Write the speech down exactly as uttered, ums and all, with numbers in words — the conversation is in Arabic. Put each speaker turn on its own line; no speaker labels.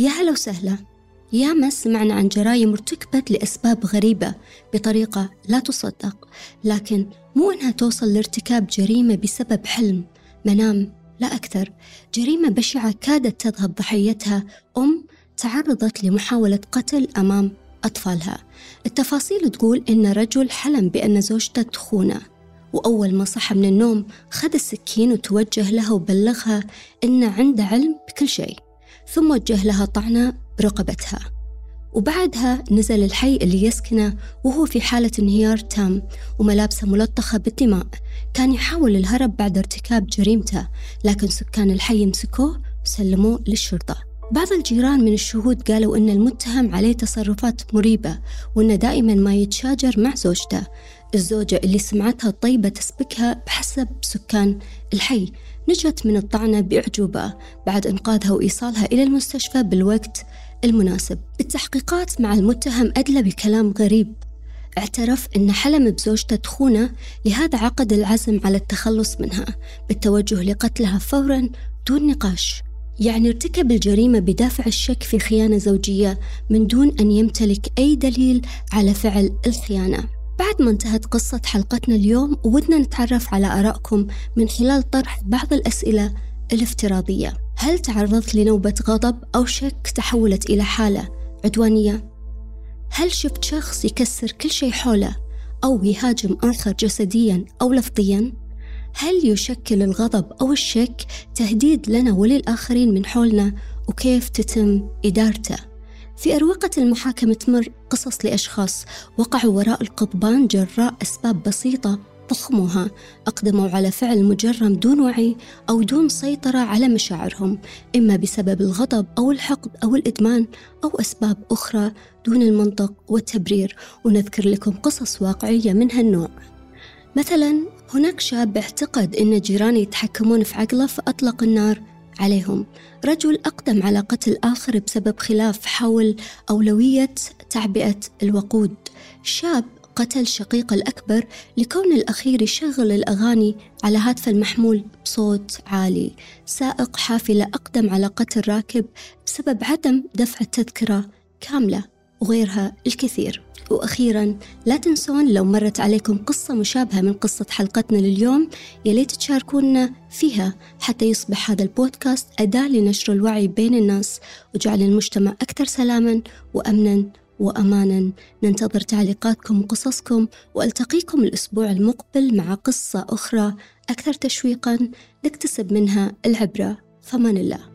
يا هلا وسهلا. ياما سمعنا عن جرائم ارتكبت لأسباب غريبة بطريقة لا تصدق، لكن مو أنها توصل لارتكاب جريمة بسبب حلم، منام، لا أكثر. جريمة بشعة كادت تذهب ضحيتها أم تعرضت لمحاولة قتل أمام أطفالها. التفاصيل تقول إن رجل حلم بأن زوجته تخونه، وأول ما صحى من النوم خذ السكين وتوجه لها وبلغها إن عنده علم بكل شيء، ثم وجه لها طعنة برقبتها، وبعدها نزل الحي اللي يسكنه وهو في حالة انهيار تام وملابسه ملطخة بالدماء. كان يحاول الهرب بعد ارتكاب جريمته، لكن سكان الحي مسكوه وسلموه للشرطة. بعض الجيران من الشهود قالوا إن المتهم عليه تصرفات مريبة، وإنه دائما ما يتشاجر مع زوجته، الزوجة اللي سمعتها طيبة تسبكها بحسب سكان الحي. نجت من الطعنة بأعجوبة بعد إنقاذها وإيصالها إلى المستشفى بالوقت المناسب. التحقيقات مع المتهم أدلى بكلام غريب، اعترف إن حلم بزوجته تخونه، لهذا عقد العزم على التخلص منها بالتوجه لقتلها فورا دون نقاش. يعني ارتكب الجريمة بدافع الشك في خيانة زوجية من دون أن يمتلك أي دليل على فعل الخيانة. بعد ما انتهت قصة حلقتنا اليوم، ودنا نتعرف على آرائكم من خلال طرح بعض الأسئلة الافتراضية. هل تعرضت لنوبة غضب أو شك تحولت إلى حالة عدوانية؟ هل شفت شخص يكسر كل شيء حوله أو يهاجم آخر جسدياً أو لفظياً؟ هل يشكل الغضب أو الشك تهديد لنا وللآخرين من حولنا، وكيف تتم إدارته؟ في أروقة المحاكم تمر قصص لأشخاص وقعوا وراء القضبان جراء أسباب بسيطة ضخموها، أقدموا على فعل مجرم دون وعي أو دون سيطرة على مشاعرهم، إما بسبب الغضب أو الحقد أو الإدمان أو أسباب أخرى دون المنطق والتبرير. ونذكر لكم قصص واقعية من هالنوع. مثلا هناك شاب اعتقد أن جيرانه يتحكمون في عقله فأطلق النار عليهم. رجل أقدم على قتل آخر بسبب خلاف حول أولوية تعبئة الوقود. شاب قتل شقيق الأكبر لكون الأخير يشغل الأغاني على هاتف المحمول بصوت عالي. سائق حافلة أقدم على قتل راكب بسبب عدم دفع التذكرة كاملة، وغيرها الكثير. وأخيراً لا تنسون لو مرت عليكم قصة مشابهة من قصة حلقتنا لليوم، يليت تشاركونا فيها حتى يصبح هذا البودكاست أداة لنشر الوعي بين الناس وجعل المجتمع أكثر سلاماً وأمناً وأماناً. ننتظر تعليقاتكم وقصصكم، وألتقيكم الأسبوع المقبل مع قصة أخرى أكثر تشويقاً نكتسب منها العبرة. فمان الله.